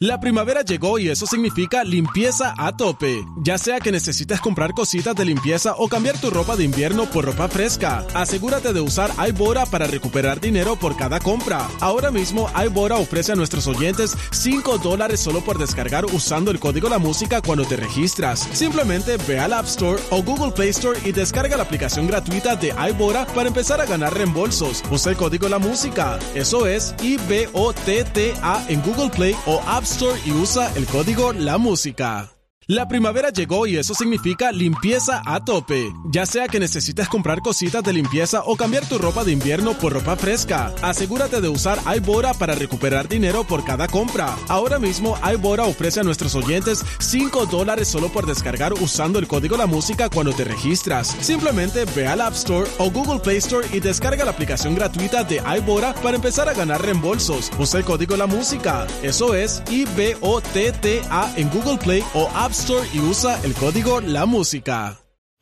La primavera llegó y eso significa limpieza a tope. Ya sea que necesites comprar cositas de limpieza o cambiar tu ropa de invierno por ropa fresca, asegúrate de usar iBora para recuperar dinero por cada compra. Ahora mismo iBora ofrece a nuestros oyentes $5 solo por descargar usando el código La Música cuando te registras. Simplemente ve al App Store o Google Play Store y descarga la aplicación gratuita de iBora para empezar a ganar reembolsos. Usa el código La Música. Eso es IBOTTA en Google Play o App Store y usa el código La Música. La primavera llegó y eso significa limpieza a tope. Ya sea que necesites comprar cositas de limpieza o cambiar tu ropa de invierno por ropa fresca, asegúrate de usar iBora para recuperar dinero por cada compra. Ahora mismo iBora ofrece a nuestros oyentes $5 solo por descargar usando el código La Música cuando te registras. Simplemente ve al App Store o Google Play Store y descarga la aplicación gratuita de iBora para empezar a ganar reembolsos. Usa el código La Música. Eso es IBOTTA en Google Play o App Store y usa el código La Música.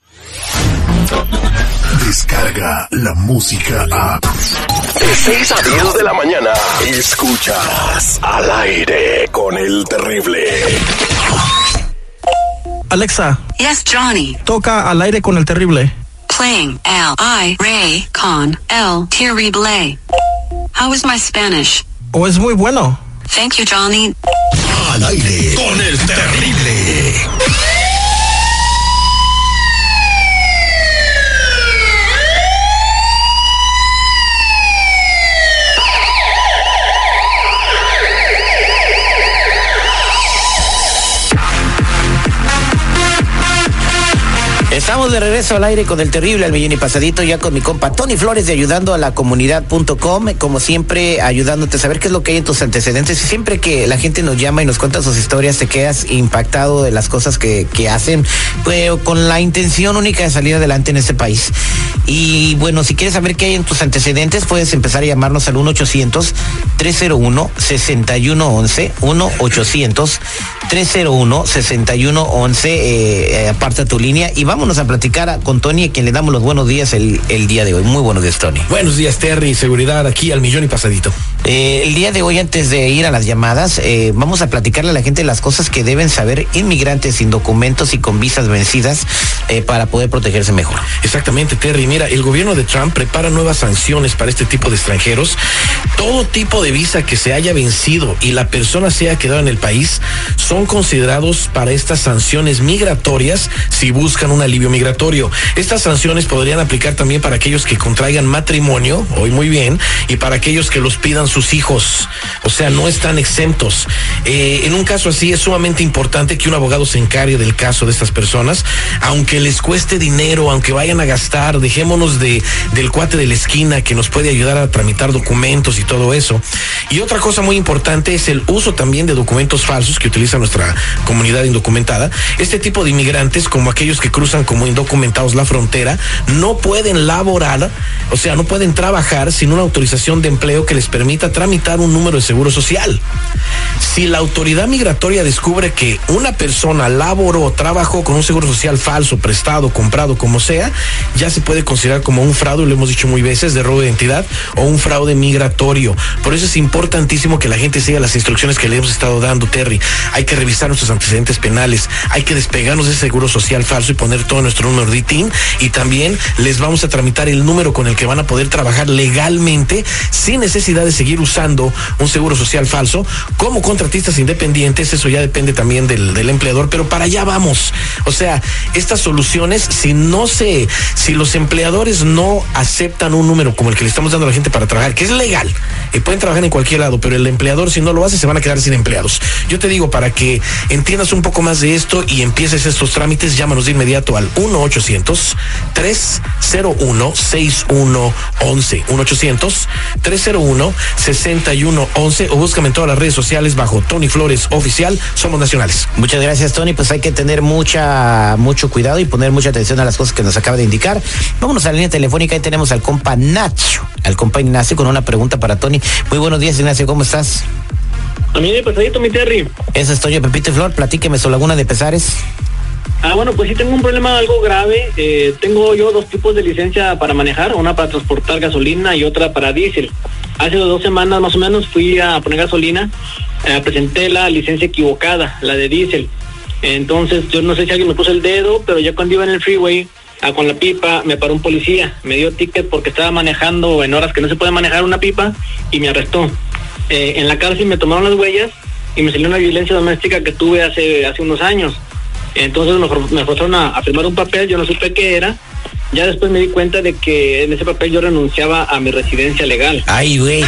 Descarga La Música app. De 6 a 10 de la mañana, escuchas Al Aire con el Terrible. Alexa. Yes, Johnny. Toca Al Aire con el Terrible. Playing Al Aire con el Terrible. How is my Spanish? Oh, es muy bueno. Thank you, Johnny. Al Aire con el Terrible. Estamos de regreso al aire con el Terrible al millón y pasadito, ya con mi compa Tony Flores de ayudando a la comunidad.com, como siempre ayudándote a saber qué es lo que hay en tus antecedentes. Y siempre que la gente nos llama y nos cuenta sus historias, te quedas impactado de las cosas que hacen, pues, con la intención única de salir adelante en este país. Y bueno, si quieres saber qué hay en tus antecedentes, puedes empezar a llamarnos al 1-800-301-6111, 1-800-301-6111, aparta tu línea y vámonos a platicar con Tony, a quien le damos los buenos días el día de hoy. Muy buenos días, Tony. Buenos días, Terry, seguridad aquí al millón y pasadito. El día de hoy, antes de ir a las llamadas, vamos a platicarle a la gente las cosas que deben saber inmigrantes sin documentos y con visas vencidas para poder protegerse mejor. Exactamente, Terry. Mira, el gobierno de Trump prepara nuevas sanciones para este tipo de extranjeros. Todo tipo de visa que se haya vencido y la persona se haya quedado en el país son considerados para estas sanciones migratorias si buscan un alivio migratorio. Estas sanciones podrían aplicar también para aquellos que contraigan matrimonio, hoy muy bien, y para aquellos que los pidan sus hijos. O sea, no están exentos. En un caso así es sumamente importante que un abogado se encargue del caso de estas personas, aunque les cueste dinero, aunque vayan a gastar. Dejémonos del cuate de la esquina que nos puede ayudar a tramitar documentos y todo eso. Y otra cosa muy importante es el uso también de documentos falsos que utiliza nuestra comunidad indocumentada. Este tipo de inmigrantes, como aquellos que cruzan como indocumentados la frontera, no pueden laborar, o sea, no pueden trabajar sin una autorización de empleo que les permita tramitar un número de seguro social. Si la autoridad migratoria descubre que una persona laboró, trabajó con un seguro social falso, prestado, comprado, como sea, ya se puede considerar como un fraude, lo hemos dicho muy veces, de robo de identidad o un fraude migratorio. Por eso es importantísimo que la gente siga las instrucciones que le hemos estado dando, Terry. Hay que revisar nuestros antecedentes penales, hay que despegarnos de ese seguro social falso y poner todo nuestro número de ITIN, y también les vamos a tramitar el número con el que van a poder trabajar legalmente sin necesidad de seguir usando un seguro social falso como contratistas independientes. Eso ya depende también del empleador, pero para allá vamos. O sea, estas soluciones, si los empleadores no aceptan un número como el que le estamos dando a la gente para trabajar, que es legal, pueden trabajar en cualquier lado, pero el empleador, si no lo hace, se van a quedar sin empleados. Yo te digo, para que entiendas un poco más de esto y empieces estos trámites, llámanos de inmediato al 1-800-301-6111, 1-800-301-6111, o búscame en todas las redes sociales bajo Tony Flores Oficial. Somos nacionales. Muchas gracias, Tony. Pues hay que tener mucho cuidado y poner mucha atención a las cosas que nos acaba de indicar. Vámonos a la línea telefónica. Ahí tenemos al compa Nacho, al compa Ignacio, con una pregunta para Tony. Muy buenos días, Ignacio, ¿cómo estás? A mí de pasadito, mi Terry. Eso es Toño Pepito y Flor. Platíqueme su laguna de pesares. Bueno, pues sí tengo un problema algo grave. Tengo yo 2 tipos de licencia para manejar, una para transportar gasolina y otra para diésel. Hace 2 semanas más o menos fui a poner gasolina presenté la licencia equivocada, la de diésel. Entonces yo no sé si alguien me puso el dedo, pero ya cuando iba en el freeway con la pipa me paró un policía, me dio ticket porque estaba manejando en horas que no se puede manejar una pipa y me arrestó. En la cárcel me tomaron las huellas y me salió una violencia doméstica que tuve hace unos años. Entonces me forzaron a firmar un papel, yo no supe qué era. Ya después me di cuenta de que en ese papel yo renunciaba a mi residencia legal. Ay, güey.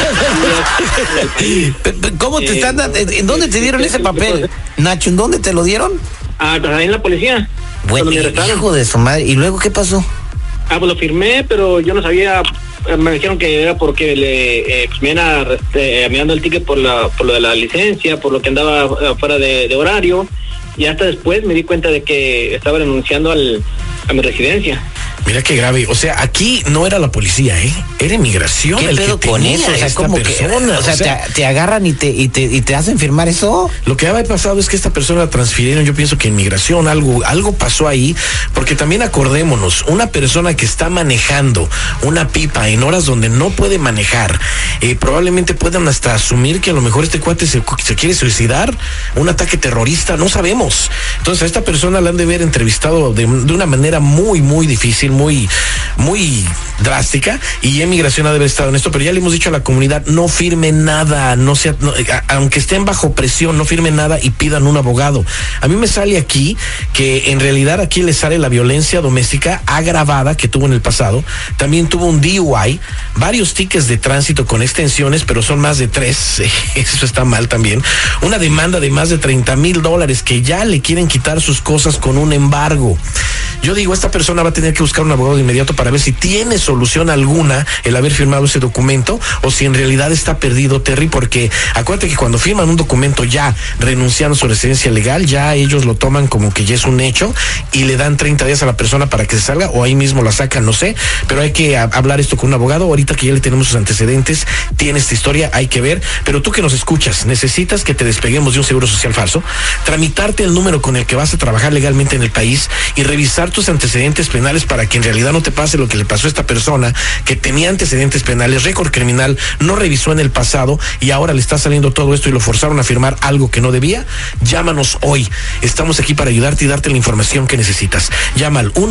¿Cómo te están dando? ¿En dónde te dieron ese papel, Nacho? ¿En dónde te lo dieron? Pues ahí en la policía. Bueno, hijo de su madre. ¿Y luego qué pasó? Pues lo firmé, pero yo no sabía. Me dijeron que era porque me iban dando el ticket por lo de la licencia, por lo que andaba fuera de horario. Y hasta después me di cuenta de que estaba renunciando a mi residencia. Mira qué grave. O sea, aquí no era la policía, era inmigración. ¿Qué el pedo que con eso? O sea, como persona. O sea, te agarran y te hacen firmar eso. Lo que había pasado es que esta persona la transfirieron, yo pienso que inmigración, algo pasó ahí, porque también acordémonos, una persona que está manejando una pipa en horas donde no puede manejar, probablemente puedan hasta asumir que a lo mejor este cuate se quiere suicidar, un ataque terrorista, no sabemos. Entonces a esta persona la han de haber entrevistado de una manera muy, muy difícil, muy, muy drástica, y inmigración ha de haber estado en esto, pero ya le hemos dicho a la comunidad, no firme nada, aunque estén bajo presión, no firme nada y pidan un abogado. A mí me sale aquí que en realidad aquí le sale la violencia doméstica agravada que tuvo en el pasado, también tuvo un DUI, varios tickets de tránsito con extensiones, pero son más de 3, eso está mal también, una demanda de más de $30,000 que ya le quieren quitar sus cosas con un embargo. Yo digo, esta persona va a tener que buscar un abogado de inmediato para ver si tiene solución alguna el haber firmado ese documento o si en realidad está perdido, Terry, porque acuérdate que cuando firman un documento ya renunciando a su residencia legal, ya ellos lo toman como que ya es un hecho y le dan 30 días a la persona para que se salga o ahí mismo la sacan, no sé, pero hay que hablar esto con un abogado. Ahorita que ya le tenemos sus antecedentes, tiene esta historia, hay que ver, pero tú que nos escuchas, necesitas que te despeguemos de un seguro social falso, tramitarte el número con el que vas a trabajar legalmente en el país y revisar tus antecedentes penales para que en realidad no te pase lo que le pasó a esta persona que tenía antecedentes penales, récord criminal, no revisó en el pasado y ahora le está saliendo todo esto y lo forzaron a firmar algo que no debía. Llámanos hoy, estamos aquí para ayudarte y darte la información que necesitas. Llama al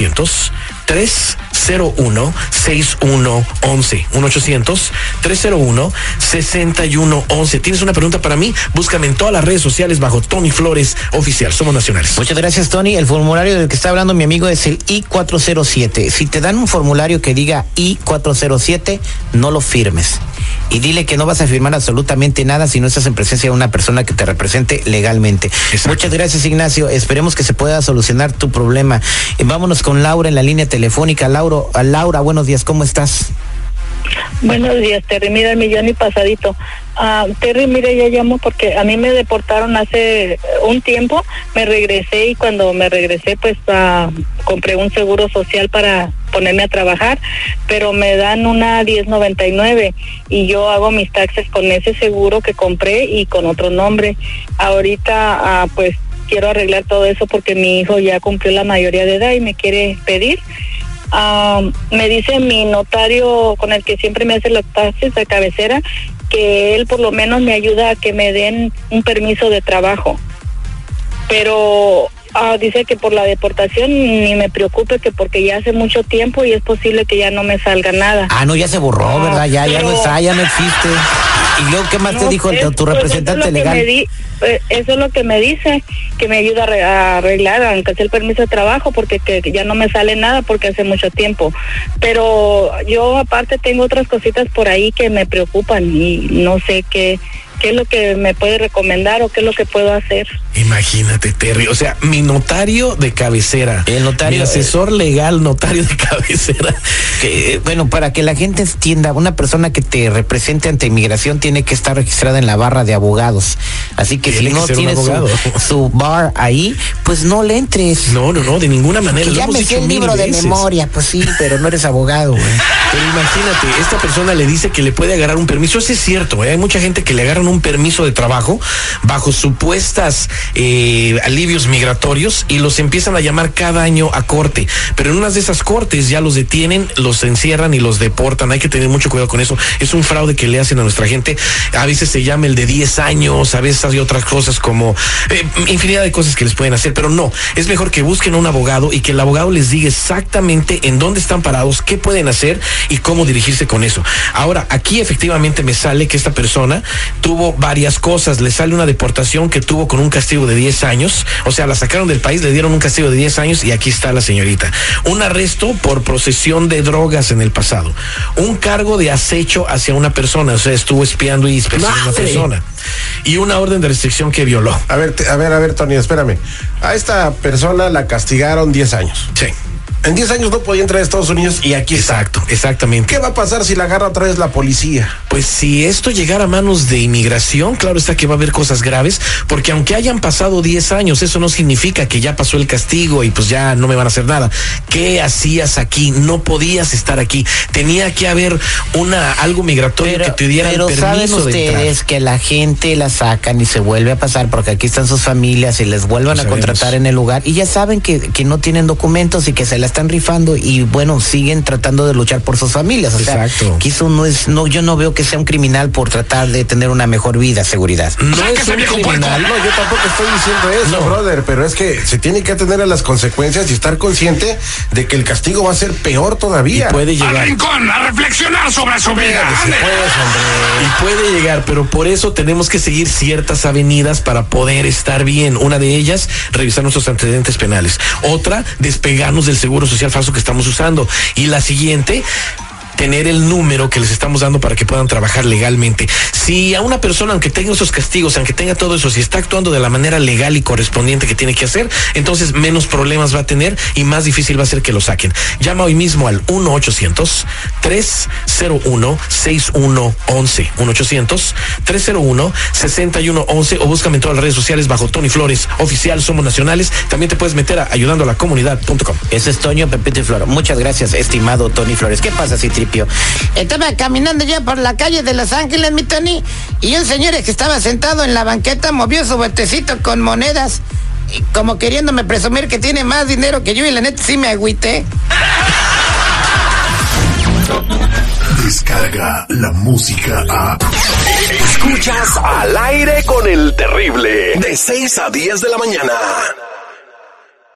1-800-301-6111 1-800-301-6111. ¿Tienes una pregunta para mí? Búscame en todas las redes sociales bajo Tony Flores Oficial. Somos nacionales. Muchas gracias, Tony. El formulario del que está hablando mi amigo es el I-407. Si te dan un formulario que diga I-407, no lo firmes. Y dile que no vas a firmar absolutamente nada si no estás en presencia de una persona que te represente legalmente. Exacto. Muchas gracias, Ignacio. Esperemos que se pueda solucionar tu problema. Vámonos con Laura en la línea telefónica. Laura, buenos días, ¿cómo estás? Buenos días, Terry. Mira, el millón y pasadito. Terry, mira, ya llamo porque a mí me deportaron hace un tiempo, me regresé y cuando me regresé pues compré un seguro social para ponerme a trabajar, pero me dan una 1099 y yo hago mis taxes con ese seguro que compré y con otro nombre. Ahorita pues quiero arreglar todo eso porque mi hijo ya cumplió la mayoría de edad y me quiere pedir. Me dice mi notario con el que siempre me hace los taxes de cabecera que él por lo menos me ayuda a que me den un permiso de trabajo, pero dice que por la deportación ni me preocupe, que porque ya hace mucho tiempo y es posible que ya no me salga nada. No, ya se borró, ¿verdad? Ya no está, ya no existe. ¿Y luego qué más te dijo tu representante legal? Eso es lo que me dice, que me ayuda a arreglar, aunque sea el permiso de trabajo, porque que ya no me sale nada porque hace mucho tiempo. Pero yo aparte tengo otras cositas por ahí que me preocupan y no sé qué es lo que me puede recomendar o qué es lo que puedo hacer. Imagínate, Terry, o sea, mi notario de cabecera, mi asesor legal, notario de cabecera. Bueno, para que la gente entienda, una persona que te represente ante inmigración tiene que estar registrada en la barra de abogados. Así que si no tienes su bar ahí, pues no le entres. No, de ninguna manera. Que ya me sé el libro de memoria, pues sí, pero no eres abogado, güey. Pero imagínate, esta persona le dice que le puede agarrar un permiso. Eso es cierto, hay mucha gente que le agarran un permiso de trabajo bajo supuestas alivios migratorios y los empiezan a llamar cada año a corte. Pero en unas de esas cortes ya los detienen, los encierran y los deportan. Hay que tener mucho cuidado con eso. Es un fraude que le hacen a nuestra gente. A veces se llama el de 10 años, a veces hay otras cosas como infinidad de cosas que les pueden hacer, pero no, es mejor que busquen a un abogado y que el abogado les diga exactamente en dónde están parados, qué pueden hacer y cómo dirigirse con eso. Ahora, aquí efectivamente me sale que esta persona tuvo varias cosas. Le sale una deportación que tuvo con un castigo de 10 años, o sea, la sacaron del país, le dieron un castigo de 10 años y aquí está la señorita. Un arresto por posesión de drogas en el pasado. Un cargo de acecho hacia una persona, o sea, estuvo espiando y persiguiendo a una persona. Y una orden de restricción que violó. A ver, Tony, espérame. A esta persona la castigaron 10 años. Sí. En 10 años no podía entrar a Estados Unidos y aquí Exacto, está. Exactamente. ¿Qué va a pasar si la agarra otra vez la policía? Pues si esto llegara a manos de inmigración, claro está que va a haber cosas graves, porque aunque hayan pasado 10 años, eso no significa que ya pasó el castigo y pues ya no me van a hacer nada. ¿Qué hacías aquí? No podías estar aquí. Tenía que haber algo migratorio que te diera el permiso de entrar. Pero saben ustedes que la gente la sacan y se vuelve a pasar porque aquí están sus familias y les vuelvan a contratar en el lugar y ya saben que no tienen documentos y que se la están rifando y bueno, siguen tratando de luchar por sus familias. O Exacto. sea, que eso yo no veo que sea un criminal por tratar de tener una mejor vida, seguridad. No es un criminal. No, yo tampoco estoy diciendo eso, brother, pero es que se tiene que atender a las consecuencias y estar consciente de que el castigo va a ser peor todavía. Y puede llegar. Al rincón a reflexionar sobre su vida. Y puede llegar, pero por eso tenemos que seguir ciertas avenidas para poder estar bien. Una de ellas, revisar nuestros antecedentes penales. Otra, despegarnos del seguro social falso que estamos usando. Y la siguiente, tener el número que les estamos dando para que puedan trabajar legalmente. Si a una persona, aunque tenga esos castigos, aunque tenga todo eso, si está actuando de la manera legal y correspondiente que tiene que hacer, entonces menos problemas va a tener y más difícil va a ser que lo saquen. Llama hoy mismo al 1-800-301-6111. 1-800-301-6111 o búscame en todas las redes sociales bajo Tony Flores Oficial. Somos nacionales. También te puedes meter a ayudandolacomunidad.com. Ese es Toño, Pepito y Flor. Muchas gracias, estimado Tony Flores. ¿Qué pasa, Citripio? Estaba caminando yo por la calle de Los Ángeles, mi Tony, y un señor que estaba sentado en la banqueta movió su botecito con monedas, y como queriéndome presumir que tiene más dinero que yo, y la neta sí me agüité. Descarga la música a... Escuchas Al Aire con el Terrible, de 6 a 10 de la mañana.